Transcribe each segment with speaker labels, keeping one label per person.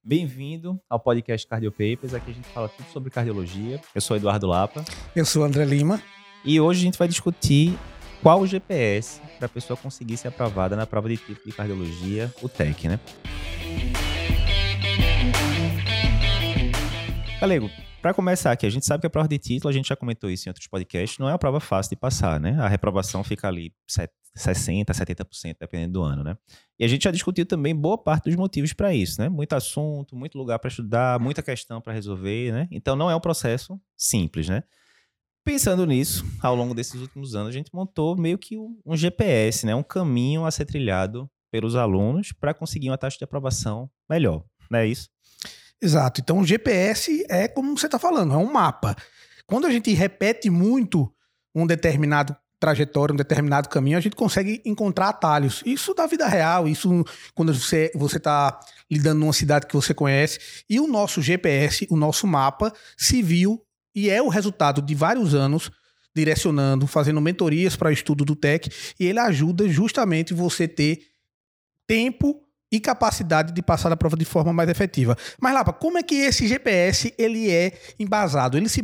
Speaker 1: Bem-vindo ao podcast Cardio Papers. Aqui a gente fala tudo sobre cardiologia. Eu sou Eduardo Lapa.
Speaker 2: Eu sou André Lima.
Speaker 1: E hoje a gente vai discutir qual o GPS para a pessoa conseguir ser aprovada na prova de título de cardiologia, o TEC, né? Galego, para começar aqui, a gente sabe que a prova de título, a gente já comentou isso em outros podcasts, não é uma prova fácil de passar, né? A reprovação fica ali 60%, 70%, dependendo do ano, né? E a gente já discutiu também boa parte dos motivos para isso, né? Muito assunto, muito lugar para estudar, muita questão para resolver, né? Então não é um processo simples, né? Pensando nisso, ao longo desses últimos anos, a gente montou meio que um GPS, né? Um caminho a ser trilhado pelos alunos para conseguir uma taxa de aprovação melhor, não é isso?
Speaker 2: Exato. Então o GPS é como você está falando, é um mapa. Quando a gente repete muito um determinado trajetória, um determinado caminho, a gente consegue encontrar atalhos. Isso da vida real, isso quando você está lidando numa cidade que você conhece. E o nosso GPS, o nosso mapa, se viu e é o resultado de vários anos direcionando, fazendo mentorias para o estudo do TEC, e ele ajuda justamente você ter tempo e capacidade de passar a prova de forma mais efetiva. Mas, Lapa, como é que esse GPS ele é embasado? Ele se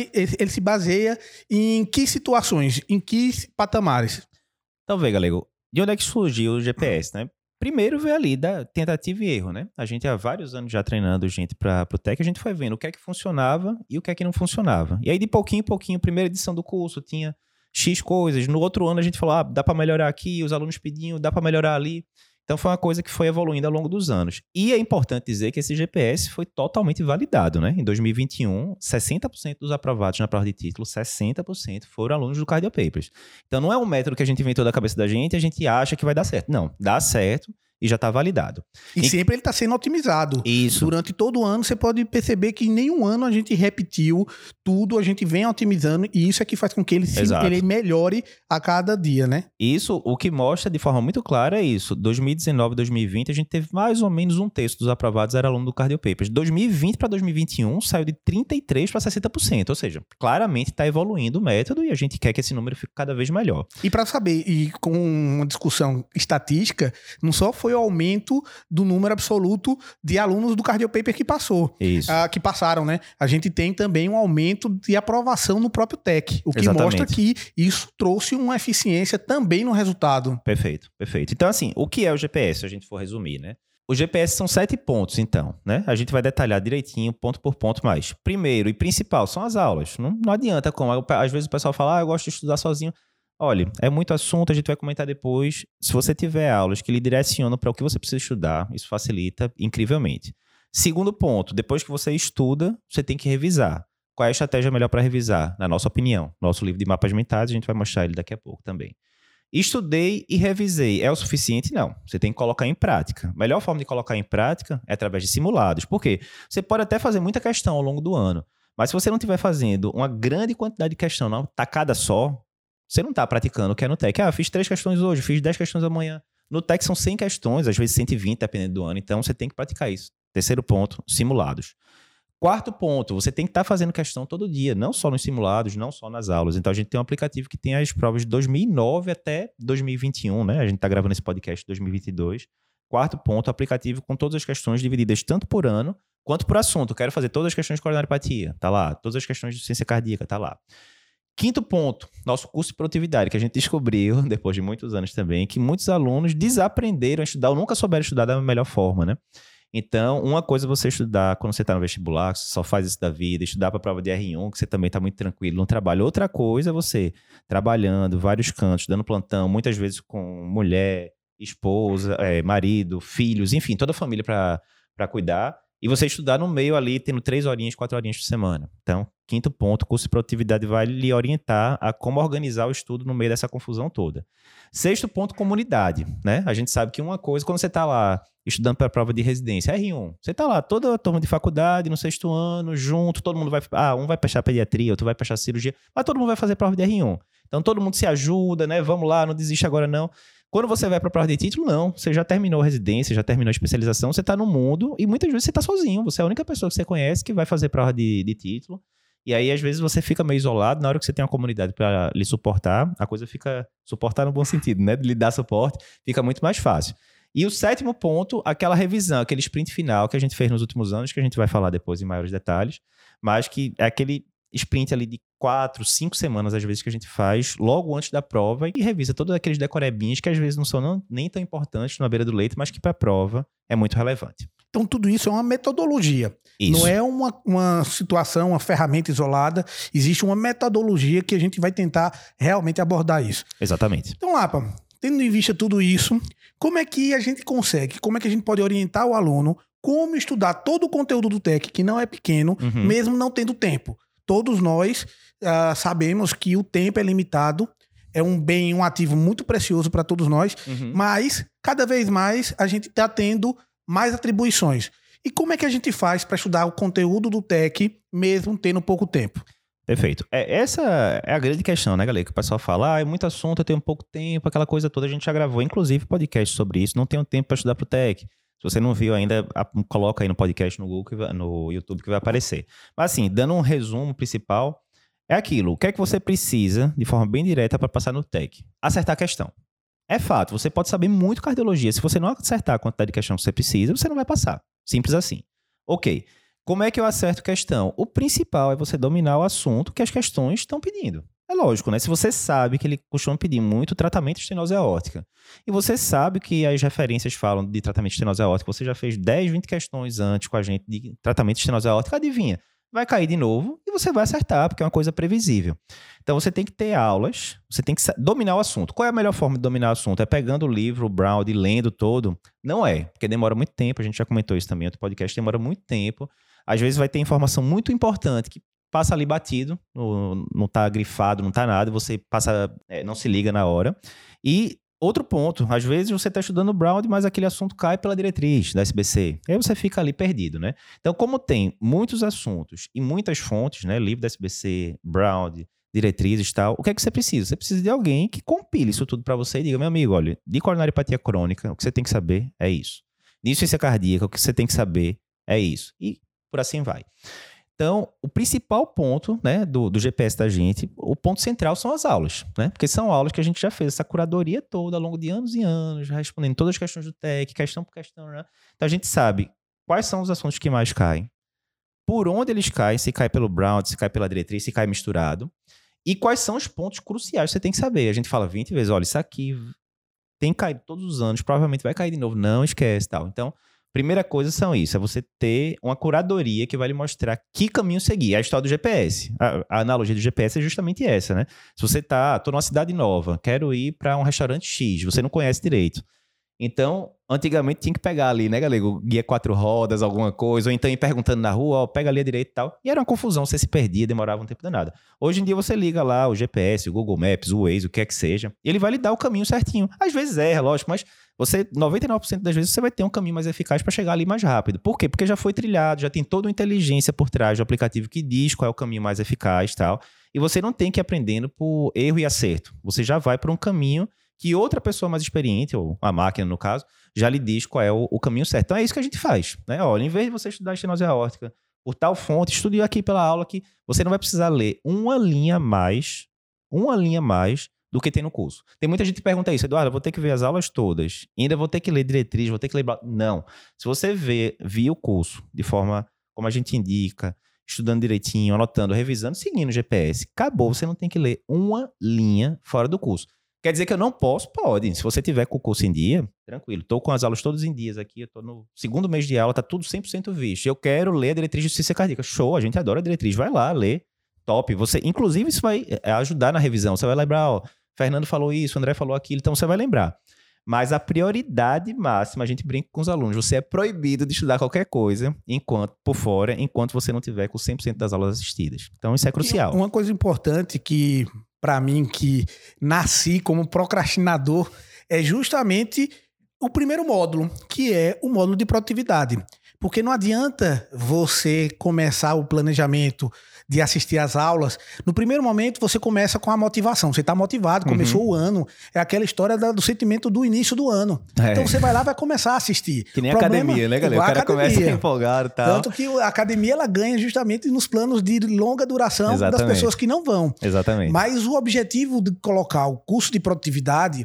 Speaker 2: baseia em que situações, em que patamares?
Speaker 1: Então, vê, Galego, de onde é que surgiu o GPS, né? Primeiro veio ali da tentativa e erro, né? A gente há vários anos já treinando gente para o TEC, a gente foi vendo o que é que funcionava e o que é que não funcionava. E aí, de pouquinho em pouquinho, primeira edição do curso tinha X coisas. No outro ano a gente falou, dá para melhorar aqui, os alunos pediam, dá para melhorar ali. Então foi uma coisa que foi evoluindo ao longo dos anos. E é importante dizer que esse GPS foi totalmente validado, né? Em 2021, 60% dos aprovados na prova de título, 60% foram alunos do Cardio Papers. Então não é um método que a gente inventou da cabeça da gente e a gente acha que vai dar certo. Não, dá certo e já está validado.
Speaker 2: E sempre ele está sendo otimizado.
Speaker 1: Isso.
Speaker 2: Durante todo o ano, você pode perceber que em nenhum ano a gente repetiu tudo, a gente vem otimizando e isso é que faz com que ele melhore a cada dia, né?
Speaker 1: Isso, o que mostra de forma muito clara é isso. 2019 e 2020, a gente teve mais ou menos um terço dos aprovados era aluno do Cardio Papers. 2020 para 2021, saiu de 33% para 60%. Ou seja, claramente está evoluindo o método e a gente quer que esse número fique cada vez melhor.
Speaker 2: E para saber, e com uma discussão estatística, não só foi o aumento do número absoluto de alunos do Cardio Paper que passou.
Speaker 1: Isso.
Speaker 2: Que passaram, né? A gente tem também um aumento de aprovação no próprio TEC, o que
Speaker 1: Exatamente.
Speaker 2: mostra que isso trouxe uma eficiência também no resultado.
Speaker 1: Perfeito, perfeito. Então, assim, o que é o GPS, se a gente for resumir, né? O GPS são 7 pontos, então, né? A gente vai detalhar direitinho, ponto por ponto, mais. Primeiro e principal são as aulas. Não adianta como. Às vezes o pessoal fala, eu gosto de estudar sozinho. Olha, é muito assunto, a gente vai comentar depois. Se você tiver aulas que lhe direcionam para o que você precisa estudar, isso facilita incrivelmente. Segundo ponto, depois que você estuda, você tem que revisar. Qual é a estratégia melhor para revisar? Na nossa opinião. Nosso livro de mapas mentais, a gente vai mostrar ele daqui a pouco também. Estudei e revisei. É o suficiente? Não. Você tem que colocar em prática. A melhor forma de colocar em prática é através de simulados. Por quê? Você pode até fazer muita questão ao longo do ano, mas se você não estiver fazendo uma grande quantidade de questão, não tacada só, você não está praticando o que é no TEC. Fiz 3 questões hoje, fiz 10 questões amanhã. No TEC são 100 questões, às vezes 120, dependendo do ano. Então, você tem que praticar isso. Terceiro ponto, simulados. Quarto ponto, você tem que estar fazendo questão todo dia, não só nos simulados, não só nas aulas. Então, a gente tem um aplicativo que tem as provas de 2009 até 2021, né? A gente está gravando esse podcast em 2022. Quarto ponto, aplicativo com todas as questões divididas tanto por ano quanto por assunto. Eu quero fazer todas as questões de coronariopatia, tá lá. Todas as questões de ciência cardíaca, tá lá. Quinto ponto, nosso curso de produtividade, que a gente descobriu, depois de muitos anos também, que muitos alunos desaprenderam a estudar ou nunca souberam estudar da melhor forma, né? Então, uma coisa é você estudar quando você está no vestibular, que você só faz isso da vida, estudar para a prova de R1, que você também está muito tranquilo no trabalho. Outra coisa é você trabalhando, vários cantos, dando plantão, muitas vezes com mulher, esposa, marido, filhos, enfim, toda a família para cuidar. E você estudar no meio ali, tendo 3 horinhas, 4 horinhas por semana. Então, quinto ponto, o curso de produtividade vai lhe orientar a como organizar o estudo no meio dessa confusão toda. Sexto ponto, comunidade, né? A gente sabe que uma coisa, quando você está lá estudando para a prova de residência, R1, você está lá, toda a turma de faculdade, no 6º ano, junto, todo mundo vai... um vai prestar pediatria, outro vai prestar cirurgia, mas todo mundo vai fazer prova de R1. Então, todo mundo se ajuda, né? Vamos lá, não desiste agora não. Quando você vai para a prova de título, não. Você já terminou a residência, já terminou a especialização, você está no mundo e muitas vezes você está sozinho. Você é a única pessoa que você conhece que vai fazer prova de título. E aí, às vezes, você fica meio isolado. Na hora que você tem uma comunidade para lhe suportar, a coisa fica... Suportar no bom sentido, né? De lhe dar suporte, fica muito mais fácil. E o 7º ponto, aquela revisão, aquele sprint final que a gente fez nos últimos anos, que a gente vai falar depois em maiores detalhes, mas que é aquele sprint ali de 4, 5 semanas, às vezes, que a gente faz logo antes da prova e revisa todos aqueles decorebinhos que às vezes não são nem tão importantes na beira do leito, mas que para a prova é muito relevante.
Speaker 2: Então, tudo isso é uma metodologia.
Speaker 1: Isso.
Speaker 2: Não é uma situação, uma ferramenta isolada. Existe uma metodologia que a gente vai tentar realmente abordar isso.
Speaker 1: Exatamente.
Speaker 2: Então, Lapa, tendo em vista tudo isso, como é que a gente consegue, como é que a gente pode orientar o aluno como estudar todo o conteúdo do TEC, que não é pequeno, mesmo não tendo tempo? Todos nós sabemos que o tempo é limitado, é um bem, um ativo muito precioso para todos nós, mas cada vez mais a gente está tendo mais atribuições. E como é que a gente faz para estudar o conteúdo do TEC, mesmo tendo pouco tempo?
Speaker 1: Perfeito. Essa é a grande questão, né, galera? Que o pessoal fala, é muito assunto, eu tenho pouco tempo, aquela coisa toda. A gente já gravou, inclusive, podcast sobre isso. Não tenho tempo para estudar para o TEC. Se você não viu ainda, coloca aí no podcast no Google, no YouTube, que vai aparecer. Mas assim, dando um resumo principal, é aquilo. O que é que você precisa, de forma bem direta, para passar no TEC? Acertar a questão. É fato, você pode saber muito cardiologia. Se você não acertar a quantidade de questão que você precisa, você não vai passar. Simples assim. Ok. Como é que eu acerto questão? O principal é você dominar o assunto que as questões estão pedindo. É lógico, né? Se você sabe que ele costuma pedir muito tratamento de estenose aórtica, e você sabe que as referências falam de tratamento de estenose aórtica, você já fez 10, 20 questões antes com a gente de tratamento de estenose aórtica, adivinha? Vai cair de novo e você vai acertar, porque é uma coisa previsível. Então, você tem que ter aulas, você tem que dominar o assunto. Qual é a melhor forma de dominar o assunto? É pegando o livro, o Brown, e lendo todo? Não é, porque demora muito tempo, a gente já comentou isso também, outro podcast, demora muito tempo. Às vezes vai ter informação muito importante que passa ali batido, não tá grifado, não tá nada, você passa, não se liga na hora. E outro ponto, às vezes você está estudando o Brown, mas aquele assunto cai pela diretriz da SBC. E aí você fica ali perdido, né? Então, como tem muitos assuntos e muitas fontes, né? Livro da SBC, Brown, diretrizes e tal, o que é que você precisa? Você precisa de alguém que compile isso tudo para você e diga, meu amigo, olha, de coronariopatia crônica, o que você tem que saber é isso. De insuficiência cardíaca, o que você tem que saber é isso. E por assim vai. Então, o principal ponto, né, do GPS da gente, o ponto central são as aulas, né? Porque são aulas que a gente já fez essa curadoria toda ao longo de anos e anos, respondendo todas as questões do TEC, questão por questão, né? Então, a gente sabe quais são os assuntos que mais caem, por onde eles caem, se cai pelo Brown, se cai pela diretriz, se cai misturado, e quais são os pontos cruciais que você tem que saber. A gente fala 20 vezes, olha, isso aqui tem caído todos os anos, provavelmente vai cair de novo, não esquece, tal. Então, primeira coisa são isso, é você ter uma curadoria que vai lhe mostrar que caminho seguir. A história do GPS, a analogia do GPS é justamente essa, né? Se você tô numa cidade nova, quero ir para um restaurante X, você não conhece direito. Então, antigamente tinha que pegar ali, né, galera? O guia 4 rodas, alguma coisa, ou então ir perguntando na rua, ó, pega ali a direita e tal. E era uma confusão, você se perdia, demorava um tempo danado. Hoje em dia você liga lá o GPS, o Google Maps, o Waze, o que é que seja, e ele vai lhe dar o caminho certinho. Às vezes erra, lógico, mas você, 99% das vezes, você vai ter um caminho mais eficaz para chegar ali mais rápido. Por quê? Porque já foi trilhado, já tem toda uma inteligência por trás do aplicativo que diz qual é o caminho mais eficaz e tal. E você não tem que ir aprendendo por erro e acerto. Você já vai por um caminho que outra pessoa mais experiente, ou a máquina no caso, já lhe diz qual é o caminho certo. Então é isso que a gente faz, né? Olha, em vez de você estudar estenose aórtica por tal fonte, estude aqui pela aula que você não vai precisar ler uma linha mais do que tem no curso. Tem muita gente que pergunta isso, Eduardo, eu vou ter que ver as aulas todas, ainda vou ter que ler diretriz, vou ter que ler... Não. Se você via o curso de forma como a gente indica, estudando direitinho, anotando, revisando, seguindo o GPS, acabou, você não tem que ler uma linha fora do curso. Quer dizer que eu não posso? Pode. Se você tiver com o curso em dia, tranquilo. Estou com as aulas todas em dias aqui, eu estou no 2º mês de aula, está tudo 100% visto. Eu quero ler a diretriz de insuficiência cardíaca. Show, a gente adora a diretriz. Vai lá, lê. Top. Inclusive, isso vai ajudar na revisão. Você vai lembrar, ó, Fernando falou isso, André falou aquilo, então você vai lembrar. Mas a prioridade máxima, a gente brinca com os alunos, você é proibido de estudar qualquer coisa por fora, enquanto você não tiver com 100% das aulas assistidas. Então, isso é crucial.
Speaker 2: Uma coisa importante que... para mim, que nasci como procrastinador, é justamente o primeiro módulo, que é o módulo de produtividade. Porque não adianta você começar o planejamento de assistir às aulas. No primeiro momento, você começa com a motivação. Você está motivado, começou o ano. É aquela história do sentimento do início do ano. É. Então, você vai lá e vai começar a assistir.
Speaker 1: Que nem academia, né, galera? O cara começa empolgado e tal.
Speaker 2: Tanto que a academia, ela ganha justamente nos planos de longa duração. Exatamente. Das pessoas que não vão.
Speaker 1: Exatamente.
Speaker 2: Mas o objetivo de colocar o curso de produtividade,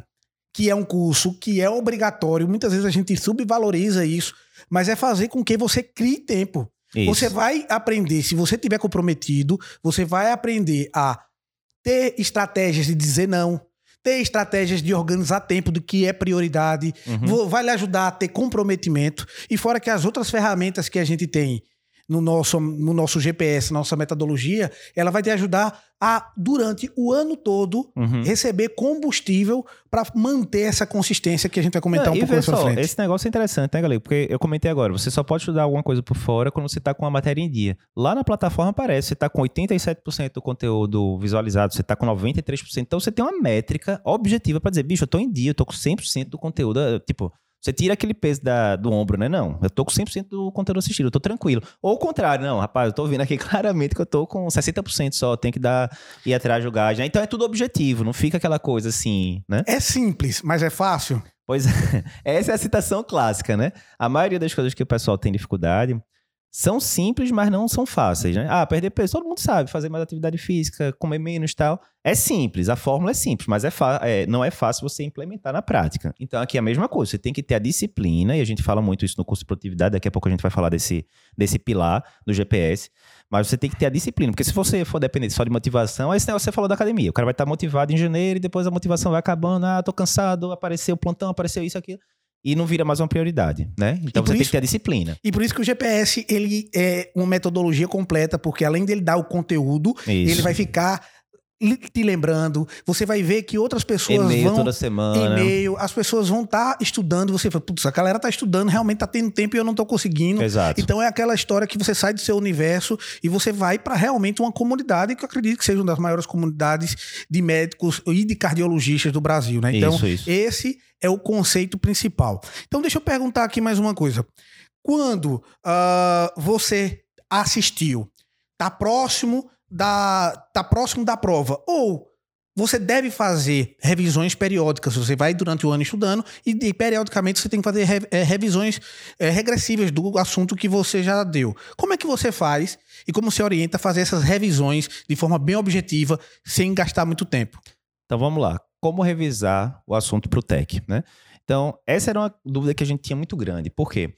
Speaker 2: que é um curso que é obrigatório, muitas vezes a gente subvaloriza isso, mas é fazer com que você crie tempo.
Speaker 1: Isso.
Speaker 2: Você vai aprender, se você estiver comprometido, você vai aprender a ter estratégias de dizer não, ter estratégias de organizar tempo do que é prioridade, vai lhe ajudar a ter comprometimento. E fora que as outras ferramentas que a gente tem no nosso GPS, nossa metodologia, ela vai te ajudar a, durante o ano todo, receber combustível para manter essa consistência que a gente vai comentar um pouco mais pra frente.
Speaker 1: Esse negócio é interessante, né, galera? Porque eu comentei agora, você só pode estudar alguma coisa por fora quando você tá com a matéria em dia. Lá na plataforma aparece, você tá com 87% do conteúdo visualizado, você tá com 93%. Então você tem uma métrica objetiva para dizer, bicho, eu tô em dia, eu tô com 100% do conteúdo. Tipo, você tira aquele peso do ombro, né? Não, eu tô com 100% do conteúdo assistido, eu tô tranquilo. Ou o contrário, não, rapaz, eu tô vendo aqui claramente que eu tô com 60% só, tem que ir atrás de julgar, né? Então é tudo objetivo, não fica aquela coisa assim, né?
Speaker 2: É simples, mas é fácil?
Speaker 1: Pois é, essa é a citação clássica, né? A maioria das coisas que o pessoal tem dificuldade são simples, mas não são fáceis, né? Ah, perder peso, todo mundo sabe, fazer mais atividade física, comer menos e tal. É simples, a fórmula é simples, mas não é fácil você implementar na prática. Então aqui é a mesma coisa, você tem que ter a disciplina, e a gente fala muito isso no curso de produtividade, daqui a pouco a gente vai falar desse pilar do GPS, mas você tem que ter a disciplina, porque se você for depender só de motivação, aí esse negócio que você falou da academia, o cara vai estar motivado em janeiro e depois a motivação vai acabando, tô cansado, apareceu o plantão, apareceu isso, aquilo. E não vira mais uma prioridade, né? Então você tem que ter a disciplina.
Speaker 2: E por isso que o GPS, ele é uma metodologia completa, porque além dele dar o conteúdo, ele vai ficar te lembrando, você vai ver que outras pessoas
Speaker 1: e-mail toda semana.
Speaker 2: E-mail, as pessoas vão estar estudando, você fala, putz, a galera tá estudando, realmente tá tendo tempo e eu não tô conseguindo.
Speaker 1: Exato.
Speaker 2: Então é aquela história que você sai do seu universo e você vai para realmente uma comunidade que eu acredito que seja uma das maiores comunidades de médicos e de cardiologistas do Brasil, né? Então,
Speaker 1: isso.
Speaker 2: Esse é o conceito principal. Então, deixa eu perguntar aqui mais uma coisa. Quando você assistiu, tá próximo da prova, ou você deve fazer revisões periódicas, você vai durante o ano estudando e periodicamente você tem que fazer revisões regressivas do assunto que você já deu. Como é que você faz e como você orienta a fazer essas revisões de forma bem objetiva, sem gastar muito tempo?
Speaker 1: Então vamos lá. Como revisar o assunto para o TEC, né? Então, essa era uma dúvida que a gente tinha muito grande. Por quê?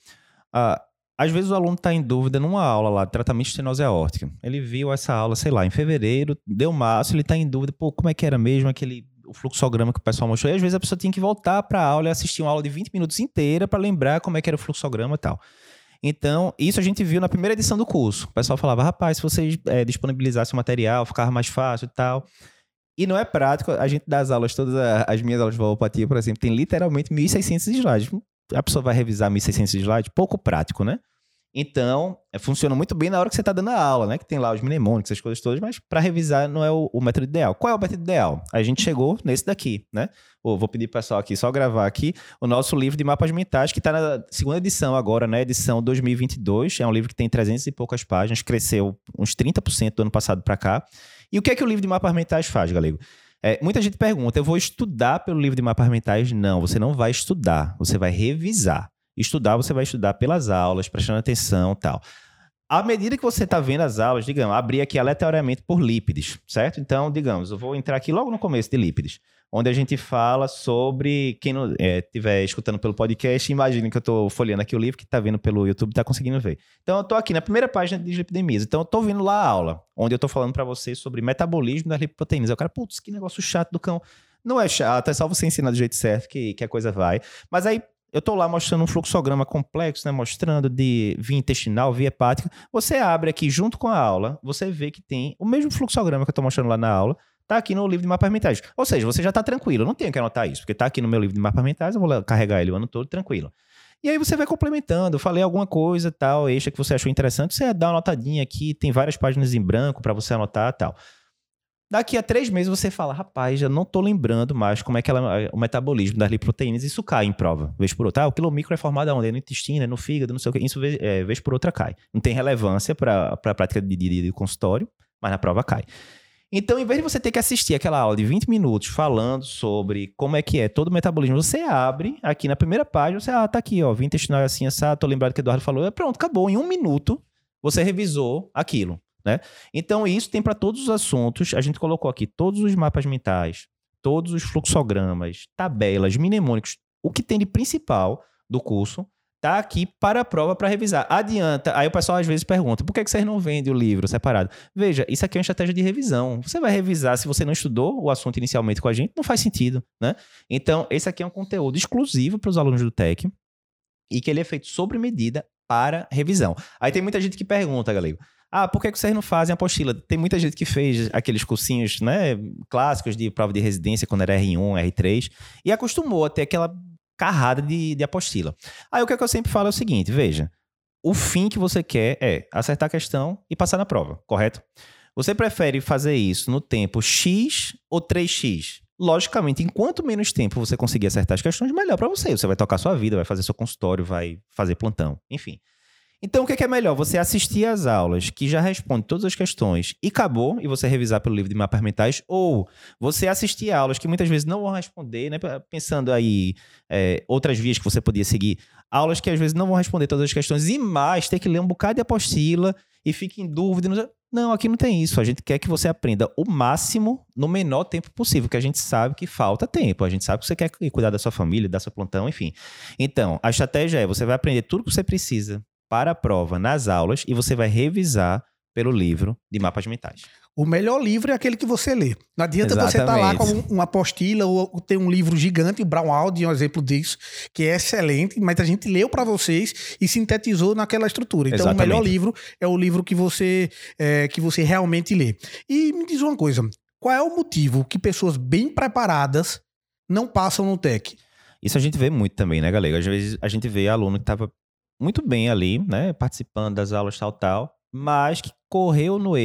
Speaker 1: Às vezes o aluno está em dúvida numa aula lá de tratamento de estenose aórtica. Ele viu essa aula, sei lá, em fevereiro, deu março, ele está em dúvida, como é que era mesmo o fluxograma que o pessoal mostrou? E às vezes a pessoa tinha que voltar para a aula e assistir uma aula de 20 minutos inteira para lembrar como é que era o fluxograma e tal. Então, isso a gente viu na primeira edição do curso. O pessoal falava, rapaz, se vocês disponibilizassem o material, ficava mais fácil e tal. E não é prático, a gente dá as aulas, todas as minhas aulas de valvopatia, por exemplo, tem literalmente 1.600 slides. A pessoa vai revisar 1.600 slides, pouco prático, né? Então, funciona muito bem na hora que você está dando a aula, né? Que tem lá os mnemônicos, essas coisas todas, mas para revisar não é o método ideal. Qual é o método ideal? A gente chegou nesse daqui, né? Vou pedir pro pessoal aqui só gravar aqui o nosso livro de mapas mentais, que está na segunda edição agora, né? Edição 2022. É um livro que tem 300 e poucas páginas, cresceu uns 30% do ano passado para cá. E o que é que o livro de mapas mentais faz, galego? Muita gente pergunta, eu vou estudar pelo livro de mapas mentais? Não, você não vai estudar, você vai revisar. Estudar, você vai estudar pelas aulas, prestando atenção e tal. À medida que você está vendo as aulas, digamos, abrir aqui aleatoriamente por lípides, certo? Então, digamos, eu vou entrar aqui logo no começo de lípides, onde a gente fala sobre, quem não estiver escutando pelo podcast, imagine que eu estou folheando aqui o livro, que está vendo pelo YouTube, está conseguindo ver. Então, eu estou aqui na primeira página de dislipidemias. Então, eu estou vendo lá a aula, onde eu estou falando para vocês sobre metabolismo das lipoproteínas. Aí o cara, putz, que negócio chato do cão. Não é chato, é só você ensinar do jeito certo que a coisa vai. Mas aí, eu estou lá mostrando um fluxograma complexo, né, mostrando de via intestinal, via hepática. Você abre aqui junto com a aula, você vê que tem o mesmo fluxograma que eu estou mostrando lá na aula, está aqui no livro de mapas mentais. Ou seja, você já está tranquilo, eu não tenho que anotar isso, porque está aqui no meu livro de mapas mentais, eu vou carregar ele o ano todo tranquilo. E aí você vai complementando, eu falei alguma coisa tal, extra que você achou interessante, você dá uma anotadinha aqui, tem várias páginas em branco para você anotar tal. Daqui a 3 meses você fala, rapaz, já não tô lembrando mais como é que o metabolismo das lipoproteínas, isso cai em prova, vez por outra. O quilomicro é formado aonde? É no intestino, é no fígado, não sei o que, isso vez por outra cai. Não tem relevância para a prática de consultório, mas na prova cai. Então, em vez de você ter que assistir aquela aula de 20 minutos falando sobre como é que é todo o metabolismo, você abre aqui na primeira página, você, tá aqui, ó, via intestinal é assim, assado, tô lembrado que o Eduardo falou, pronto, acabou, em 1 minuto você revisou aquilo. Né? Então, isso tem para todos os assuntos. A gente colocou aqui todos os mapas mentais, todos os fluxogramas, tabelas, mnemônicos, o que tem de principal do curso, tá aqui para a prova, para revisar. Adianta. Aí o pessoal às vezes pergunta, por que vocês não vendem o livro separado? Veja, isso aqui é uma estratégia de revisão. Você vai revisar, se você não estudou o assunto inicialmente com a gente, não faz sentido, né? Então, esse aqui é um conteúdo exclusivo para os alunos do TEC e que ele é feito sobre medida para revisão. Aí tem muita gente que pergunta, galera, por que vocês não fazem apostila? Tem muita gente que fez aqueles cursinhos, né, clássicos de prova de residência quando era R1, R3 e acostumou a ter aquela carrada de apostila. Aí o que eu sempre falo é o seguinte, veja, o fim que você quer é acertar a questão e passar na prova, correto? Você prefere fazer isso no tempo X ou 3X? Logicamente, enquanto menos tempo você conseguir acertar as questões, melhor para você. Você vai tocar sua vida, vai fazer seu consultório, vai fazer plantão, enfim. Então, o que é melhor? Você assistir às aulas que já respondem todas as questões e acabou, e você revisar pelo livro de mapas mentais, ou você assistir a aulas que muitas vezes não vão responder, né? Pensando aí outras vias que você podia seguir, aulas que às vezes não vão responder todas as questões e mais ter que ler um bocado de apostila e fique em dúvida. Não, aqui não tem isso. A gente quer que você aprenda o máximo no menor tempo possível, porque a gente sabe que falta tempo. A gente sabe que você quer cuidar da sua família, da sua plantão, enfim. Então, a estratégia é, você vai aprender tudo que você precisa para a prova nas aulas e você vai revisar pelo livro de mapas mentais.
Speaker 2: O melhor livro é aquele que você lê. Não adianta você estar lá com uma apostila ou ter um livro gigante, o Brown Audi é um exemplo disso, que é excelente, mas a gente leu para vocês e sintetizou naquela estrutura. Então, o melhor livro é o livro que você realmente lê. E me diz uma coisa, qual é o motivo que pessoas bem preparadas não passam no TEC?
Speaker 1: Isso a gente vê muito também, né, galera? Às vezes a gente vê aluno que estava muito bem ali, né, participando das aulas tal, mas que incorreu no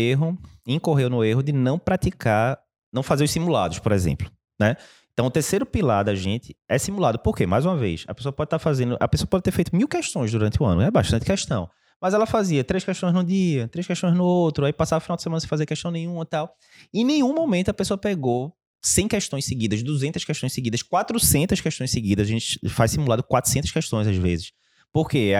Speaker 1: erro de não praticar, não fazer os simulados, por exemplo, né? Então, o terceiro pilar da gente é simulado. Por quê? Mais uma vez, a pessoa pode ter feito 1000 questões durante o ano, é bastante questão, mas ela fazia 3 questões no dia, 3 questões no outro, aí passava o final de semana sem fazer questão nenhuma e tal. Em nenhum momento a pessoa pegou 100 questões seguidas, 200 questões seguidas, 400 questões seguidas. A gente faz simulado 400 questões às vezes. Por quê?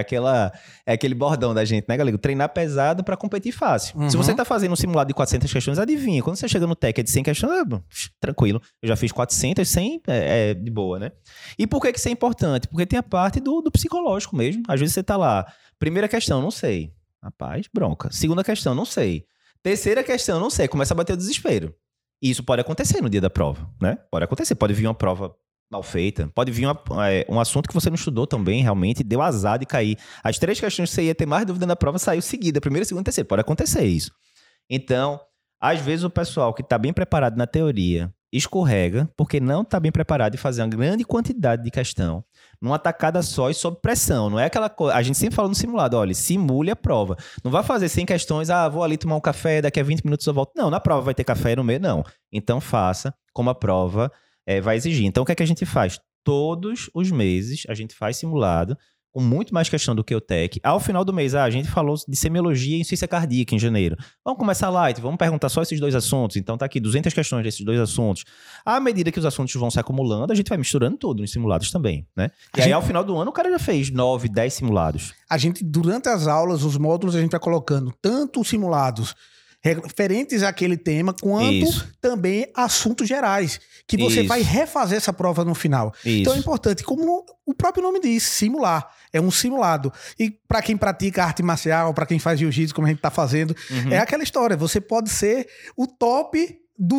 Speaker 1: É aquele bordão da gente, né, galera? Treinar pesado pra competir fácil. Uhum. Se você tá fazendo um simulado de 400 questões, adivinha. Quando você chega no TEC de 100 questões, tranquilo. Eu já fiz 400, 100 é de boa, né? E por que isso é importante? Porque tem a parte do psicológico mesmo. Às vezes você tá lá, primeira questão, não sei. Rapaz, bronca. Segunda questão, não sei. Terceira questão, não sei. Começa a bater o desespero. E isso pode acontecer no dia da prova, né? Pode acontecer. Pode vir uma prova mal feita. Pode vir um assunto que você não estudou também, realmente, deu azar de cair. As 3 questões que você ia ter mais dúvida na prova saiu seguida. Primeira, segunda, terceira. Pode acontecer isso. Então, às vezes o pessoal que está bem preparado na teoria escorrega porque não está bem preparado de fazer uma grande quantidade de questão numa tacada só e sob pressão. Não é aquela coisa... A gente sempre fala no simulado, olha, simule a prova. Não vai fazer 100 questões, vou ali tomar um café, daqui a 20 minutos eu volto. Não, na prova vai ter café no meio, não. Então faça como a prova vai exigir. Então, o que é que a gente faz? Todos os meses, a gente faz simulado, com muito mais questão do que o TEC. Ao final do mês, a gente falou de semiologia e insuficiência cardíaca em janeiro. Vamos começar light, vamos perguntar só esses 2 assuntos. Então, tá aqui 200 questões desses 2 assuntos. À medida que os assuntos vão se acumulando, a gente vai misturando tudo nos simulados também, né? E aí, ao final do ano, o cara já fez 9, 10 simulados.
Speaker 2: A gente, durante as aulas, os módulos, a gente vai colocando tanto os simulados referentes àquele tema, quanto também assuntos gerais, que você vai refazer essa prova no final. Então é importante, como o próprio nome diz, simular. É um simulado. E para quem pratica arte marcial, para quem faz jiu-jitsu, como a gente tá fazendo, é aquela história, você pode ser o top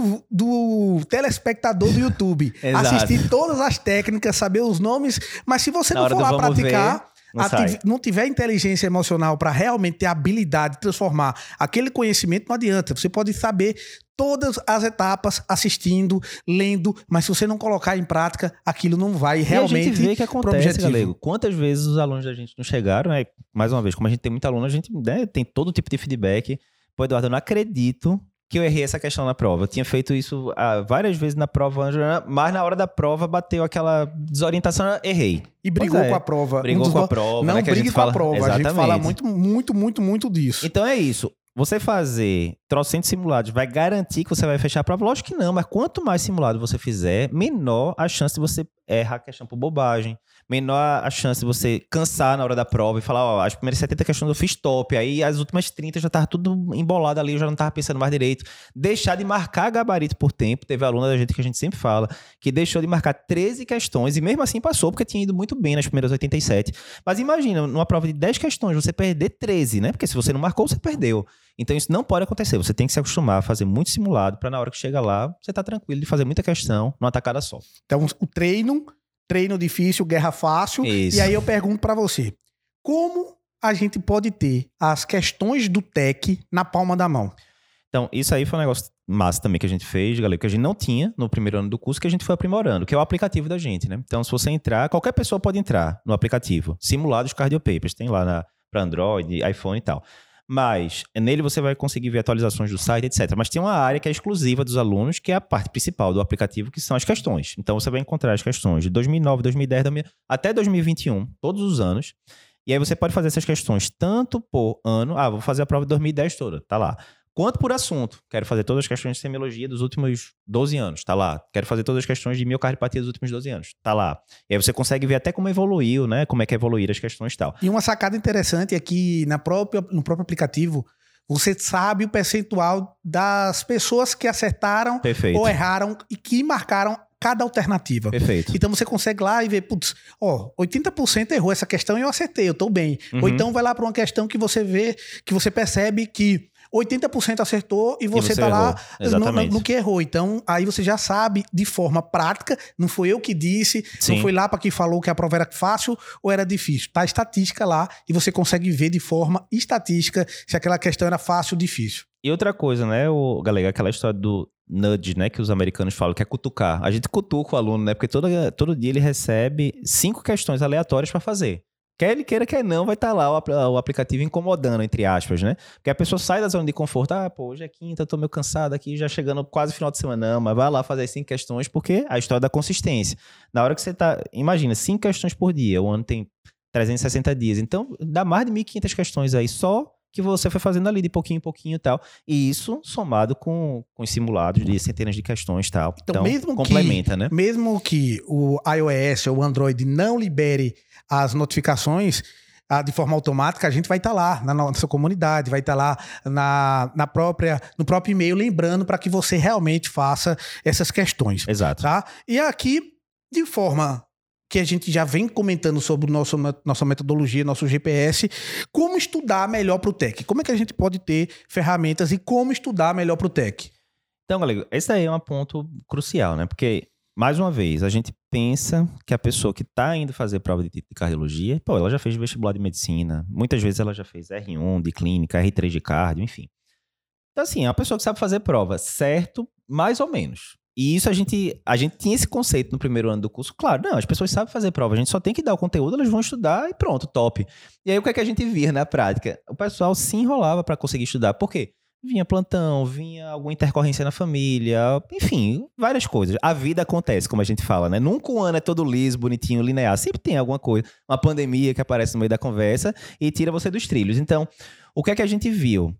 Speaker 2: do telespectador do YouTube. Assistir todas as técnicas, saber os nomes, mas se você não for lá praticar... Não tiver inteligência emocional para realmente ter a habilidade de transformar aquele conhecimento, não adianta. Você pode saber todas as etapas assistindo, lendo, mas se você não colocar em prática, aquilo não vai realmente...
Speaker 1: E a gente vê que acontece, galego. Quantas vezes os alunos da gente não chegaram, né? Mais uma vez, como a gente tem muito aluno, a gente tem todo tipo de feedback. Pô, Eduardo, eu não acredito que eu errei essa questão na prova. Eu tinha feito isso várias vezes na prova, mas na hora da prova bateu aquela desorientação, errei.
Speaker 2: E brigou com a prova.
Speaker 1: Brigou com a prova.
Speaker 2: Não
Speaker 1: né,
Speaker 2: brigue com a prova.
Speaker 1: Exatamente.
Speaker 2: A gente fala muito disso.
Speaker 1: Então é isso. Você fazer trocentos simulados vai garantir que você vai fechar a prova? Lógico que não, mas quanto mais simulado você fizer, menor a chance de você errar a questão por bobagem, menor a chance de você cansar na hora da prova e falar, ó, as primeiras 70 questões eu fiz top, aí as últimas 30 já tava tudo embolado ali, eu já não tava pensando mais direito. Deixar de marcar gabarito por tempo, teve aluna da gente que a gente sempre fala, que deixou de marcar 13 questões e mesmo assim passou, porque tinha ido muito bem nas primeiras 87. Mas imagina, numa prova de 10 questões, você perder 13, né? Porque se você não marcou, você perdeu. Então isso não pode acontecer, você tem que se acostumar a fazer muito simulado para na hora que chega lá, você tá tranquilo de fazer muita questão numa tacada só.
Speaker 2: Então, o treino difícil, guerra fácil.
Speaker 1: Isso.
Speaker 2: E aí eu pergunto pra você, como a gente pode ter as questões do TEC na palma da mão?
Speaker 1: Então, isso aí foi um negócio massa também que a gente fez, galera, que a gente não tinha no primeiro ano do curso, que a gente foi aprimorando, que é o aplicativo da gente, né? Então, se você entrar, qualquer pessoa pode entrar no aplicativo. Simulados Cardio Papers, tem lá para Android, iPhone e tal. Mas nele você vai conseguir ver atualizações do site, etc. Mas tem uma área que é exclusiva dos alunos, que é a parte principal do aplicativo, que são as questões. Então você vai encontrar as questões de 2009, 2010, até 2021, todos os anos. E aí você pode fazer essas questões tanto por ano, vou fazer a prova de 2010 toda, tá lá. Quanto por assunto, quero fazer todas as questões de semiologia dos últimos 12 anos, tá lá. Quero fazer todas as questões de miocardiopatia dos últimos 12 anos, tá lá. E aí você consegue ver até como evoluiu, né? Como é que evoluíram as questões e tal.
Speaker 2: E uma sacada interessante é que no próprio aplicativo, você sabe o percentual das pessoas que acertaram
Speaker 1: Perfeito.
Speaker 2: Ou erraram e que marcaram cada alternativa.
Speaker 1: Perfeito.
Speaker 2: Então você consegue lá e ver, 80% errou essa questão e eu acertei, eu tô bem. Ou então vai lá para uma questão que você vê, que você percebe que 80% acertou e você tá lá no que errou. Então, aí você já sabe de forma prática, não foi eu que disse,
Speaker 1: Sim.
Speaker 2: não foi lá para quem falou que a prova era fácil ou era difícil. Tá a estatística lá e você consegue ver de forma estatística se aquela questão era fácil ou difícil.
Speaker 1: E outra coisa, né, galera, aquela história do nudge, né, que os americanos falam, que é cutucar. A gente cutuca o aluno, né, porque todo dia ele recebe 5 questões aleatórias para fazer. Quer ele queira, quer não, vai estar lá o aplicativo incomodando, entre aspas, né? Porque a pessoa sai da zona de conforto, hoje é quinta, tô meio cansado aqui, já chegando quase final de semana, não, mas vai lá fazer as 5 questões, porque a história da consistência. Na hora que você imagina, 5 questões por dia, o ano tem 360 dias, então dá mais de 1.500 questões aí, só que você foi fazendo ali de pouquinho em pouquinho e tal. E isso somado com os simulados de centenas de questões e tal. Então mesmo complementa, né?
Speaker 2: Mesmo que o iOS ou o Android não libere as notificações de forma automática, a gente vai estar lá na nossa comunidade, vai estar lá no próprio e-mail, lembrando para que você realmente faça essas questões.
Speaker 1: Exato.
Speaker 2: Tá? E aqui, de forma que a gente já vem comentando sobre nossa metodologia, nosso GPS, como estudar melhor para o TEC? Como é que a gente pode ter ferramentas e como estudar melhor para o TEC?
Speaker 1: Então, galera, esse aí é um ponto crucial, né? Porque, mais uma vez, a gente pensa que a pessoa que está indo fazer prova de cardiologia, ela já fez vestibular de medicina, muitas vezes ela já fez R1 de clínica, R3 de cardio, enfim. Então, assim, é uma pessoa que sabe fazer prova, certo? Mais ou menos. E isso a gente tinha esse conceito no primeiro ano do curso. Claro, não, as pessoas sabem fazer prova, a gente só tem que dar o conteúdo, elas vão estudar e pronto, top. E aí o que é que a gente via na prática? O pessoal se enrolava para conseguir estudar. Por quê? Vinha plantão, vinha alguma intercorrência na família, enfim, várias coisas. A vida acontece, como a gente fala, né? Nunca um ano é todo liso, bonitinho, linear. Sempre tem alguma coisa, uma pandemia que aparece no meio da conversa e tira você dos trilhos. Então, o que é que a gente viu?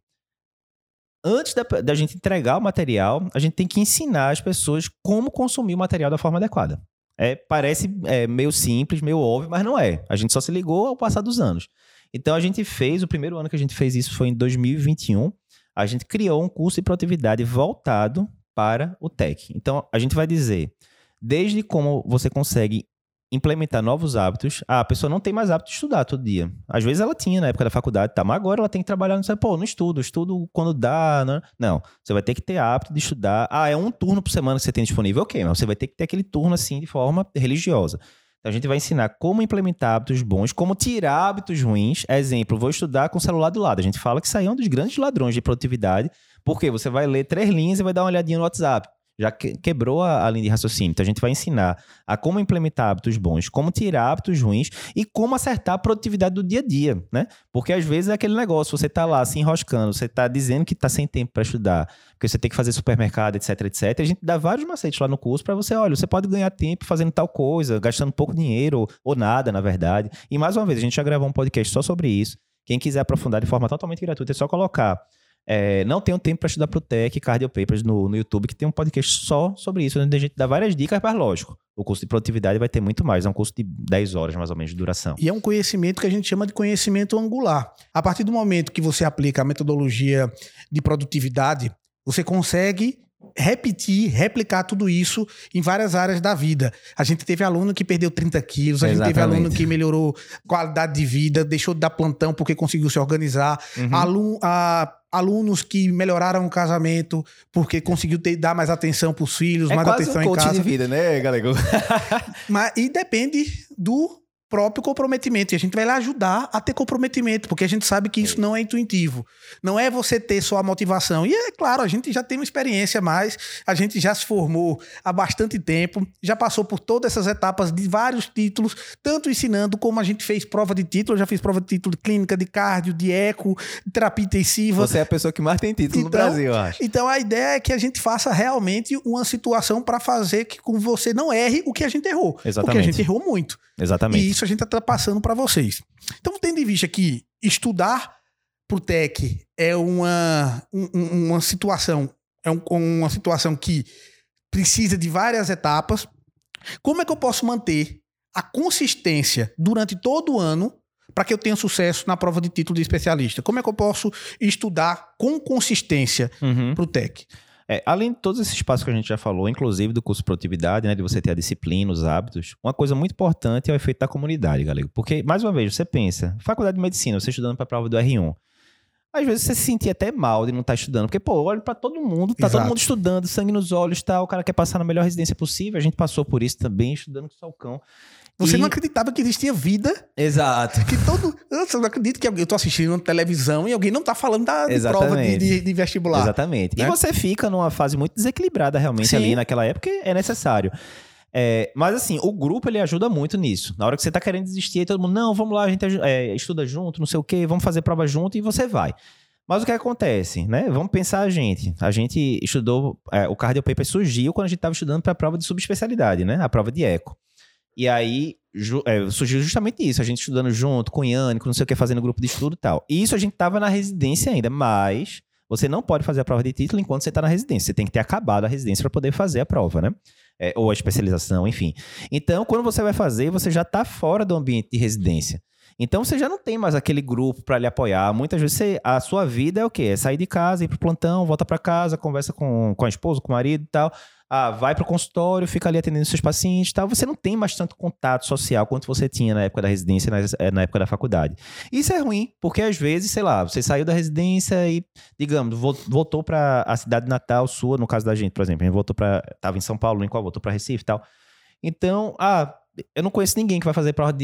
Speaker 1: Antes da gente entregar o material, a gente tem que ensinar as pessoas como consumir o material da forma adequada. Parece meio simples, meio óbvio, mas não é. A gente só se ligou ao passar dos anos. Então, o primeiro ano que a gente fez isso foi em 2021. A gente criou um curso de produtividade voltado para o TEC. Então, a gente vai dizer, desde como você consegue implementar novos hábitos. A pessoa não tem mais hábito de estudar todo dia. Às vezes ela tinha na época da faculdade, mas agora ela tem que trabalhar, não estudo quando dá, né? Não, você vai ter que ter hábito de estudar. É um turno por semana que você tem disponível, ok, mas você vai ter que ter aquele turno assim de forma religiosa. Então a gente vai ensinar como implementar hábitos bons, como tirar hábitos ruins. Exemplo, vou estudar com o celular do lado. A gente fala que isso aí é um dos grandes ladrões de produtividade, porque você vai ler 3 linhas e vai dar uma olhadinha no WhatsApp. Já quebrou a linha de raciocínio. Então, a gente vai ensinar a como implementar hábitos bons, como tirar hábitos ruins e como acertar a produtividade do dia a dia, né? Porque, às vezes, é aquele negócio, você tá lá se enroscando, você tá dizendo que tá sem tempo para estudar, porque você tem que fazer supermercado, etc, etc. A gente dá vários macetes lá no curso para você pode ganhar tempo fazendo tal coisa, gastando pouco dinheiro ou nada, na verdade. E, mais uma vez, a gente já gravou um podcast só sobre isso. Quem quiser aprofundar de forma totalmente gratuita, é só colocar Não tenho tempo para estudar Protec e Cardio Papers no YouTube, que tem um podcast só sobre isso, onde a gente dá várias dicas, mas lógico, o curso de produtividade vai ter muito mais. É um curso de 10 horas, mais ou menos, de duração.
Speaker 2: E é um conhecimento que a gente chama de conhecimento angular. A partir do momento que você aplica a metodologia de produtividade, você consegue replicar tudo isso em várias áreas da vida. A gente teve aluno que perdeu 30 quilos, a gente teve aluno que melhorou qualidade de vida, deixou de dar plantão porque conseguiu se organizar, alunos que melhoraram o casamento porque conseguiu dar mais atenção para os filhos, mais atenção em casa. É quase um coach
Speaker 1: de vida, né, galego?
Speaker 2: E depende do próprio comprometimento. E a gente vai lá ajudar a ter comprometimento, porque a gente sabe que isso não é intuitivo. Não é você ter só a motivação. E é claro, a gente já tem uma experiência mais, a gente já se formou há bastante tempo, já passou por todas essas etapas de vários títulos, tanto ensinando como a gente fez prova de título. Eu já fiz prova de título de clínica, de cardio, de eco, de terapia intensiva.
Speaker 1: Você é a pessoa que mais tem título no Brasil, eu acho.
Speaker 2: Então a ideia é que a gente faça realmente uma situação para fazer que você não erre o que a gente errou.
Speaker 1: Exatamente.
Speaker 2: Porque a gente errou muito.
Speaker 1: Exatamente.
Speaker 2: E isso a gente está passando para vocês. Então, tendo em vista que estudar Protec é uma situação, uma situação que precisa de várias etapas, como é que eu posso manter a consistência durante todo o ano para que eu tenha sucesso na prova de título de especialista? Como é que eu posso estudar com consistência Protec?
Speaker 1: Além de todos esses passos que a gente já falou, inclusive do curso de produtividade, né, de você ter a disciplina, os hábitos, uma coisa muito importante é o efeito da comunidade, galera. Porque, mais uma vez, você pensa, faculdade de medicina, você estudando para a prova do R1, às vezes você se sentia até mal de não estar estudando, porque, olha para todo mundo, tá todo mundo estudando, sangue nos olhos, tá, o cara quer passar na melhor residência possível, a gente passou por isso também, estudando com o Salcão.
Speaker 2: Você não acreditava que existia vida.
Speaker 1: Exato.
Speaker 2: Eu não acredito que eu tô assistindo na televisão e alguém não tá falando de prova de vestibular.
Speaker 1: Exatamente. Né? E você fica numa fase muito desequilibrada realmente ali naquela época, é necessário. Mas assim, o grupo ele ajuda muito nisso. Na hora que você tá querendo desistir, aí todo mundo, não, vamos lá, a gente estuda junto, não sei o quê, vamos fazer prova junto e você vai. Mas o que acontece, né? Vamos pensar a gente estudou, o Cardio Paper surgiu quando a gente tava estudando para a prova de subespecialidade, né? A prova de eco. E aí surgiu justamente isso, a gente estudando junto, com o Iânico, não sei o que, fazendo grupo de estudo e tal. E isso a gente tava na residência ainda, mas você não pode fazer a prova de título enquanto você tá na residência. Você tem que ter acabado a residência para poder fazer a prova, né? Ou a especialização, enfim. Então, quando você vai fazer, você já tá fora do ambiente de residência. Então, você já não tem mais aquele grupo para lhe apoiar. Muitas vezes, a sua vida é o quê? É sair de casa, ir pro plantão, volta para casa, conversa com a esposa, com o marido e tal. Vai pro consultório, fica ali atendendo seus pacientes e tal. Você não tem mais tanto contato social quanto você tinha na época da residência, na época da faculdade. Isso é ruim, porque às vezes, sei lá, você saiu da residência e, digamos, voltou para a cidade natal sua, no caso da gente, por exemplo. A gente tava em São Paulo, em qual voltou para Recife e tal. Então, eu não conheço ninguém que vai fazer prova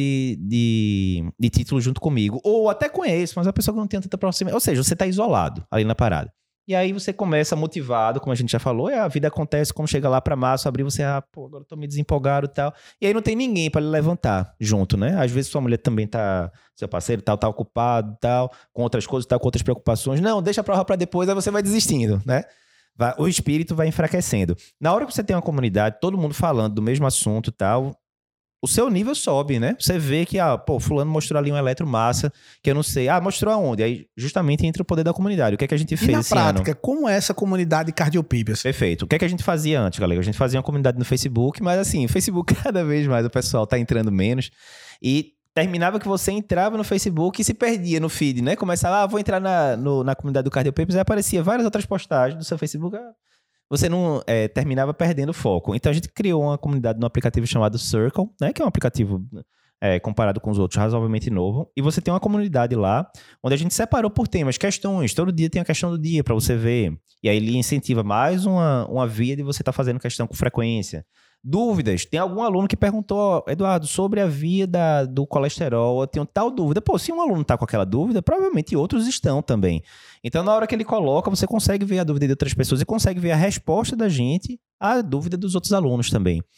Speaker 1: de título junto comigo. Ou até conheço, mas é uma pessoa que não tem tanta proximidade. Ou seja, você tá isolado ali na parada. E aí você começa motivado, como a gente já falou, a vida acontece, quando chega lá pra março, abril, você, agora eu tô me desempolgado e tal. E aí não tem ninguém pra lhe levantar junto, né? Às vezes sua mulher também seu parceiro tá ocupado e tal, com outras coisas, com outras preocupações. Não, deixa a prova pra depois, aí você vai desistindo, né? O espírito vai enfraquecendo. Na hora que você tem uma comunidade, todo mundo falando do mesmo assunto e tal, o seu nível sobe, né? Você vê que, fulano mostrou ali um eletromassa, que eu não sei. Mostrou aonde? Aí, justamente, entra o poder da comunidade. O que é que a gente fez esse ano?
Speaker 2: E na prática, como é essa comunidade Cardio Papers?
Speaker 1: Perfeito. O que é que a gente fazia antes, galera? A gente fazia uma comunidade no Facebook, mas assim, o Facebook cada vez mais o pessoal tá entrando menos. E terminava que você entrava no Facebook e se perdia no feed, né? Começava, vou entrar na comunidade do Cardio Papers, aí aparecia várias outras postagens do seu Facebook. Você não terminava perdendo o foco. Então, a gente criou uma comunidade no aplicativo chamado Circle, né? Que é um aplicativo, comparado com os outros, razoavelmente novo. E você tem uma comunidade lá, onde a gente separou por temas, questões. Todo dia tem a questão do dia para você ver. E aí, ele incentiva mais uma via de você estar fazendo questão com frequência. Dúvidas. Tem algum aluno que perguntou, Eduardo, sobre a via do colesterol, eu tenho tal dúvida. Se um aluno está com aquela dúvida, provavelmente outros estão também. Então, na hora que ele coloca, você consegue ver a dúvida de outras pessoas e consegue ver a resposta da gente à dúvida dos outros alunos também.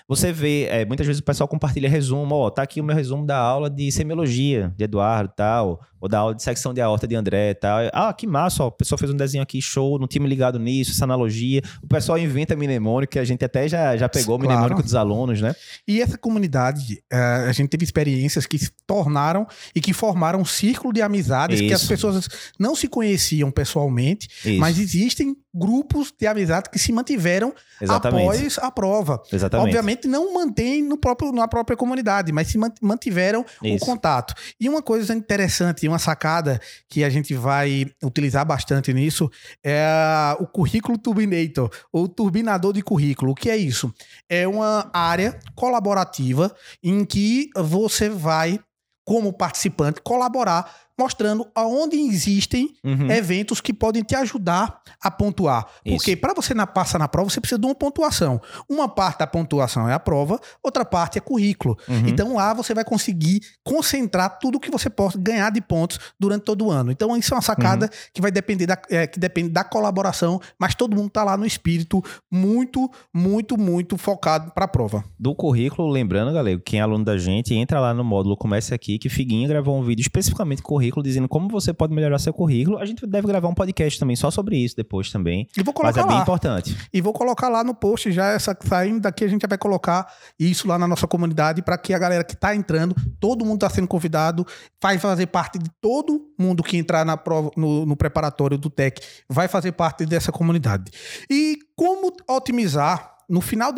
Speaker 1: Você vê, muitas vezes o pessoal compartilha resumo, tá aqui o meu resumo da aula de semiologia de Eduardo e tal, ou da aula de secção de aorta de André e tal. Que massa, a pessoa fez um desenho aqui, show, não tinha me ligado nisso, essa analogia. O pessoal inventa mnemônico, que a gente até já pegou o mnemônico dos alunos, né?
Speaker 2: E essa comunidade, a gente teve experiências que se tornaram e que formaram um círculo de amizades que as pessoas não se conheciam pessoalmente, mas existem grupos de amizade que se mantiveram após a prova.
Speaker 1: Exatamente.
Speaker 2: Obviamente não mantém na própria comunidade, mas se mantiveram o contato. E uma coisa interessante, uma sacada que a gente vai utilizar bastante nisso é o currículo turbinator, ou turbinador de currículo. O que é isso? É uma área colaborativa em que você vai, como participante, colaborar mostrando aonde existem eventos que podem te ajudar a pontuar. Porque para você passar na prova, você precisa de uma pontuação. Uma parte da pontuação é a prova, outra parte é currículo. Então lá você vai conseguir concentrar tudo que você possa ganhar de pontos durante todo o ano. Então isso é uma sacada que vai depender que depende da colaboração, mas todo mundo está lá no espírito muito, muito, muito focado para a prova.
Speaker 1: Do currículo, lembrando, galera, quem é aluno da gente, entra lá no módulo Comece Aqui, que Figuinha gravou um vídeo especificamente currículo, dizendo como você pode melhorar seu currículo. A gente deve gravar um podcast também só sobre isso depois também.
Speaker 2: E vou colocar
Speaker 1: mas é bem importante.
Speaker 2: E vou colocar lá no post já, saindo daqui a gente já vai colocar isso lá na nossa comunidade para que a galera que tá entrando, todo mundo tá sendo convidado, vai fazer parte de todo mundo que entrar na prova, no preparatório do TEC, vai fazer parte dessa comunidade. E como otimizar no final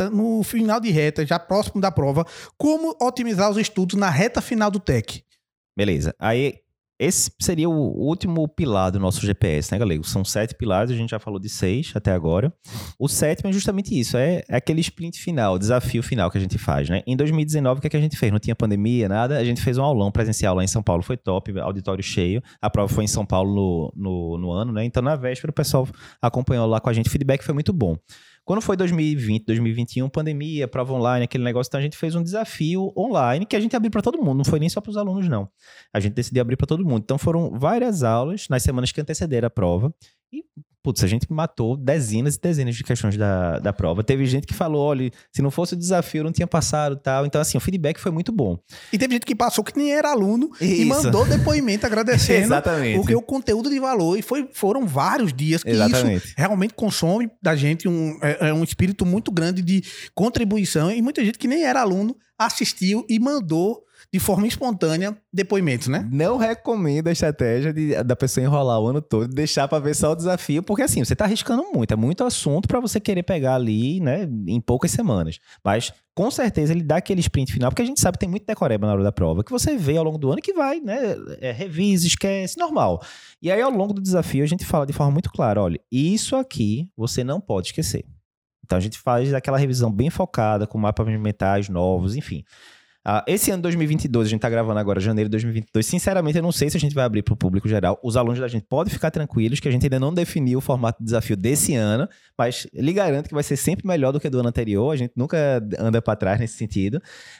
Speaker 2: de reta, já próximo da prova, como otimizar os estudos na reta final do TEC?
Speaker 1: Beleza. Aí, esse seria o último pilar do nosso GPS, né, galera? São 7 pilares, a gente já falou de 6 até agora. O 7º é justamente isso, é aquele sprint final, desafio final que a gente faz, né? Em 2019, o que é que a gente fez? Não tinha pandemia, nada. A gente fez um aulão presencial lá em São Paulo, foi top, auditório cheio. A prova foi em São Paulo no ano, né? Então, na véspera, o pessoal acompanhou lá com a gente, o feedback foi muito bom. Quando foi 2020, 2021, pandemia, prova online, aquele negócio, então a gente fez um desafio online que a gente abriu para todo mundo, não foi nem só para os alunos, não. A gente decidiu abrir para todo mundo. Então foram várias aulas nas semanas que antecederam a prova e, putz, a gente matou dezenas e dezenas de questões da prova. Teve gente que falou, olha, se não fosse o desafio, eu não tinha passado e tal. Então, assim, o feedback foi muito bom.
Speaker 2: E teve gente que passou que nem era aluno e mandou depoimento agradecendo o conteúdo de valor. E foram vários dias que isso realmente consome da gente um espírito muito grande de contribuição. E muita gente que nem era aluno assistiu e mandou de forma espontânea depoimentos, né?
Speaker 1: Não recomendo a estratégia da pessoa enrolar o ano todo e deixar pra ver só o desafio, porque assim, você tá arriscando muito, é muito assunto pra você querer pegar ali, né, em poucas semanas. Mas, com certeza, ele dá aquele sprint final, porque a gente sabe que tem muito decoreba na hora da prova, que você vê ao longo do ano que vai, né, revisa, esquece, normal. E aí, ao longo do desafio, a gente fala de forma muito clara, olha, isso aqui você não pode esquecer. Então, a gente faz aquela revisão bem focada, com mapas mentais novos, enfim. Esse ano 2022, a gente tá gravando agora, janeiro de 2022, sinceramente eu não sei se a gente vai abrir pro público geral. Os alunos da gente podem ficar tranquilos que a gente ainda não definiu o formato de desafio desse ano, mas lhe garanto que vai ser sempre melhor do que do ano anterior, a gente nunca anda para trás nesse sentido.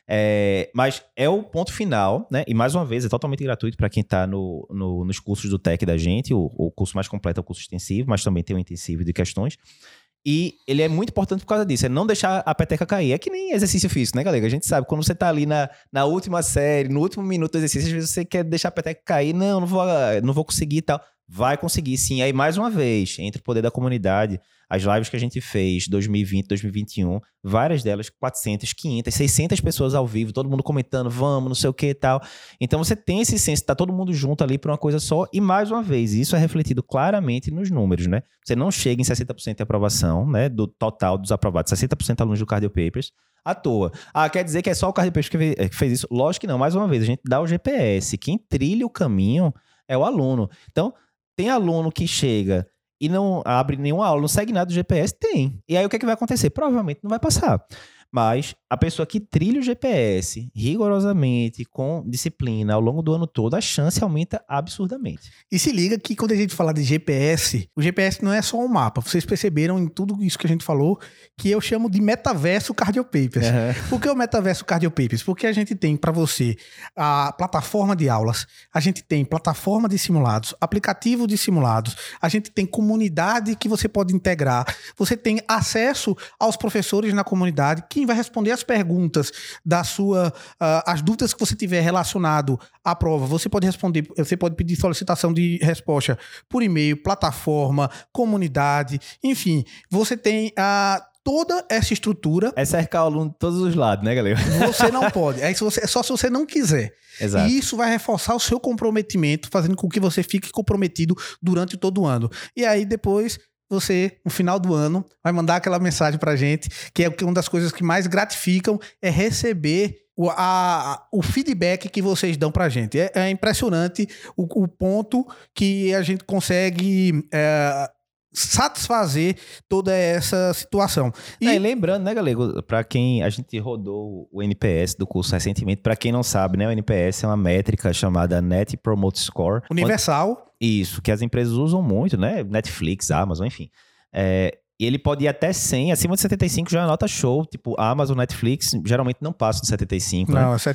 Speaker 1: Mas é o ponto final, né? E mais uma vez, é totalmente gratuito para quem tá nos cursos do TEC da gente. O curso mais completo é o curso extensivo, mas também tem o intensivo de questões. E ele é muito importante por causa disso, é não deixar a peteca cair. É que nem exercício físico, né, galera? A gente sabe, quando você tá ali na última série, no último minuto do exercício, às vezes você quer deixar a peteca cair, não vou conseguir e tal. Vai conseguir sim. Aí, mais uma vez, entre o poder da comunidade, as lives que a gente fez 2020, 2021, várias delas 400, 500, 600 pessoas ao vivo, todo mundo comentando, vamos, não sei o que e tal. Então você tem esse senso, tá todo mundo junto ali para uma coisa só. E mais uma vez, isso é refletido claramente nos números, né? Você não chega em 60% de aprovação, né? Do total dos aprovados, 60% alunos do Cardio Papers, à toa. Quer dizer que é só o Cardio Papers que fez isso? Lógico que não. Mais uma vez, a gente dá o GPS. Quem trilha o caminho é o aluno. Então, tem aluno que chega e não abre nenhuma aula, não segue nada do GPS? Tem. E aí o que é que vai acontecer? Provavelmente não vai passar. Mas a pessoa que trilha o GPS rigorosamente, com disciplina, ao longo do ano todo, a chance aumenta absurdamente.
Speaker 2: E se liga que quando a gente fala de GPS, o GPS não é só um mapa. Vocês perceberam em tudo isso que a gente falou, que eu chamo de metaverso Cardio Papers. Por que o metaverso Cardio Papers? Porque a gente tem para você a plataforma de aulas, a gente tem plataforma de simulados, aplicativo de simulados, a gente tem comunidade que você pode integrar, você tem acesso aos professores na comunidade que sim vai responder as perguntas da sua, as dúvidas que você tiver relacionado à prova. Você pode responder, você pode pedir solicitação de resposta por e-mail, plataforma, comunidade, enfim, você tem toda essa estrutura.
Speaker 1: É cercar o aluno de todos os lados, né, galera?
Speaker 2: Você não pode. É só se você não quiser.
Speaker 1: Exato.
Speaker 2: E isso vai reforçar o seu comprometimento, fazendo com que você fique comprometido durante todo o ano. E aí depois você, no final do ano, vai mandar aquela mensagem pra gente, que é uma das coisas que mais gratificam, é receber o feedback que vocês dão pra gente. É impressionante o ponto que a gente consegue satisfazer toda essa situação.
Speaker 1: E lembrando, né, galera, para quem a gente rodou o NPS do curso recentemente, para quem não sabe, né, o NPS é uma métrica chamada Net Promote Score.
Speaker 2: Universal.
Speaker 1: Isso, que as empresas usam muito, né, Netflix, Amazon, enfim. E ele pode ir até 100, acima de 75 já é nota show, tipo Amazon, Netflix, geralmente não passa de 75,
Speaker 2: não,
Speaker 1: né?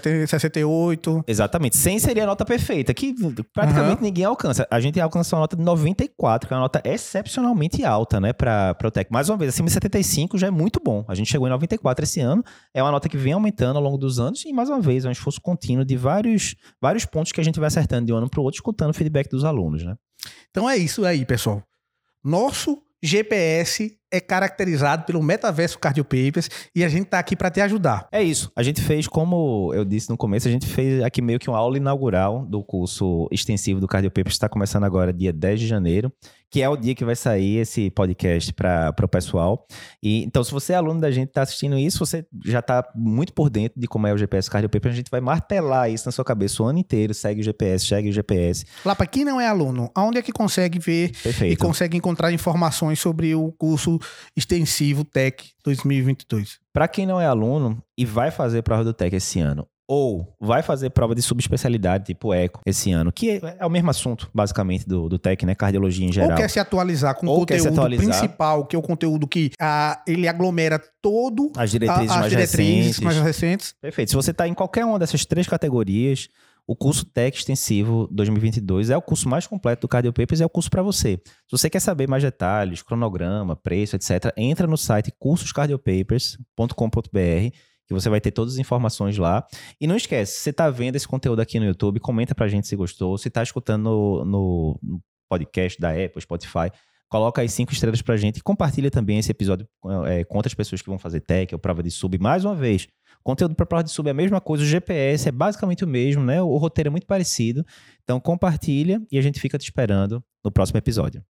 Speaker 2: 68.
Speaker 1: Exatamente, 100 seria a nota perfeita, que praticamente ninguém alcança. A gente alcança uma nota de 94, que é uma nota excepcionalmente alta, né, para o TEC. Mais uma vez, acima de 75 já é muito bom. A gente chegou em 94 esse ano, é uma nota que vem aumentando ao longo dos anos, e mais uma vez, é um esforço contínuo de vários pontos que a gente vai acertando de um ano para o outro, escutando o feedback dos alunos, né?
Speaker 2: Então é isso aí, pessoal. Nosso GPS é caracterizado pelo Metaverso Cardio Papers e a gente tá aqui para te ajudar.
Speaker 1: É isso. A gente fez, como eu disse no começo, a gente fez aqui meio que uma aula inaugural do curso extensivo do Cardio Papers, que está começando agora dia 10 de janeiro, que é o dia que vai sair esse podcast para o pessoal. E, então, se você é aluno da gente e está assistindo isso, você já está muito por dentro de como é o GPS Cardio Papers. A gente vai martelar isso na sua cabeça o ano inteiro. Segue o GPS.
Speaker 2: Lá, para quem não é aluno, aonde é que consegue ver
Speaker 1: Perfeito.
Speaker 2: E consegue encontrar informações sobre o curso extensivo TEC 2022?
Speaker 1: Para quem não é aluno e vai fazer prova do TEC esse ano, ou vai fazer prova de subespecialidade, tipo eco, esse ano, que é o mesmo assunto, basicamente, do TEC, né? Cardiologia em geral.
Speaker 2: Ou quer se atualizar com o conteúdo principal, que é o conteúdo que ele aglomera todo
Speaker 1: as diretrizes
Speaker 2: mais recentes.
Speaker 1: Perfeito. Se você está em qualquer uma dessas 3 categorias, o curso TEC Extensivo 2022 é o curso mais completo do Cardio Papers e é o curso para você. Se você quer saber mais detalhes, cronograma, preço, etc., entra no site cursoscardiopapers.com.br, que você vai ter todas as informações lá. E não esquece, se você está vendo esse conteúdo aqui no YouTube, comenta pra gente se gostou. Se está escutando no podcast da Apple, Spotify, coloca aí 5 estrelas pra gente e compartilha também esse episódio com outras pessoas que vão fazer TEC ou prova de sub. Mais uma vez, conteúdo para prova de sub é a mesma coisa, o GPS é basicamente o mesmo, né? O roteiro é muito parecido. Então compartilha e a gente fica te esperando no próximo episódio.